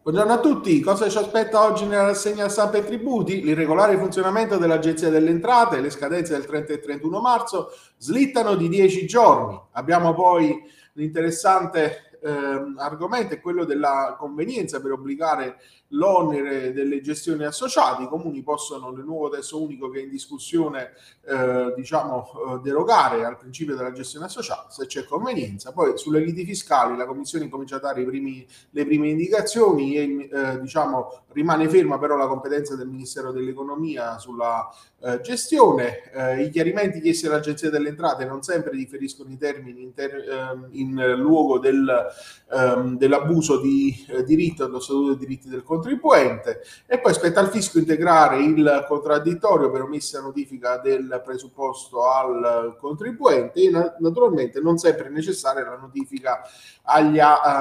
Buongiorno a tutti, cosa ci aspetta oggi nella rassegna stampa e tributi? L'irregolare funzionamento dell'Agenzia delle Entrate, le scadenze del 30 e 31 marzo slittano di 10 giorni. Abbiamo poi l'interessante argomento è quello della convenienza per obbligare l'onere delle gestioni associate. I comuni possono, nel nuovo testo unico che è in discussione, derogare al principio della gestione associata se c'è convenienza. Poi sulle liti fiscali la Commissione comincia a dare le prime indicazioni e rimane ferma però la competenza del Ministero dell'Economia sulla gestione. I chiarimenti chiesti all'Agenzia delle Entrate non sempre differiscono i termini in luogo dell'abuso di diritto dello Statuto dei diritti del contribuente, e poi spetta al fisco integrare il contraddittorio per omessa notifica del presupposto al contribuente e naturalmente non sempre è necessaria la notifica agli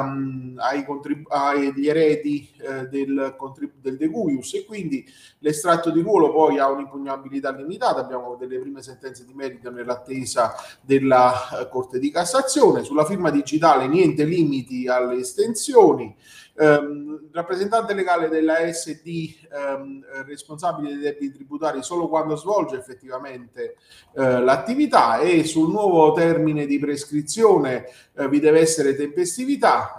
eredi del decuius, e quindi l'estratto di ruolo poi ha un'impugnabilità limitata. Abbiamo delle prime sentenze di merito nell'attesa della Corte di Cassazione. Sulla firma digitale niente limiti alle estensioni. Rappresentante legale della SD, responsabile dei debiti tributari solo quando svolge effettivamente l'attività, e sul nuovo termine di prescrizione vi deve essere tempestività.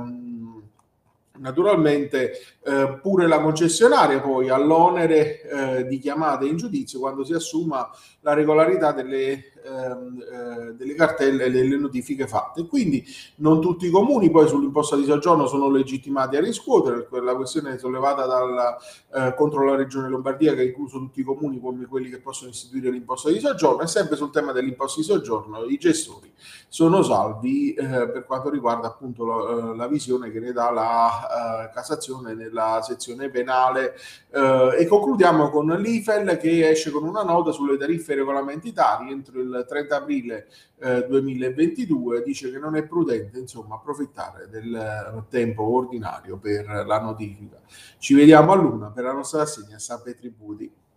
Naturalmente pure la concessionaria poi ha l'onere di chiamate in giudizio quando si assuma la regolarità delle cartelle e delle notifiche fatte. Quindi non tutti i comuni poi sull'imposta di soggiorno sono legittimati a riscuotere. La questione è sollevata contro la Regione Lombardia, che ha incluso tutti i comuni come quelli che possono istituire l'imposta di soggiorno, e sempre sul tema dell'imposta di soggiorno i gestori sono salvi per quanto riguarda appunto la visione che ne dà la Cassazione nella sezione penale. E concludiamo con l'IFEL, che esce con una nota sulle tariffe regolamentari entro il 30 aprile 2022. Dice che non è prudente approfittare del tempo ordinario per la notifica. Ci vediamo a luna per la nostra rassegna stampa e tributi.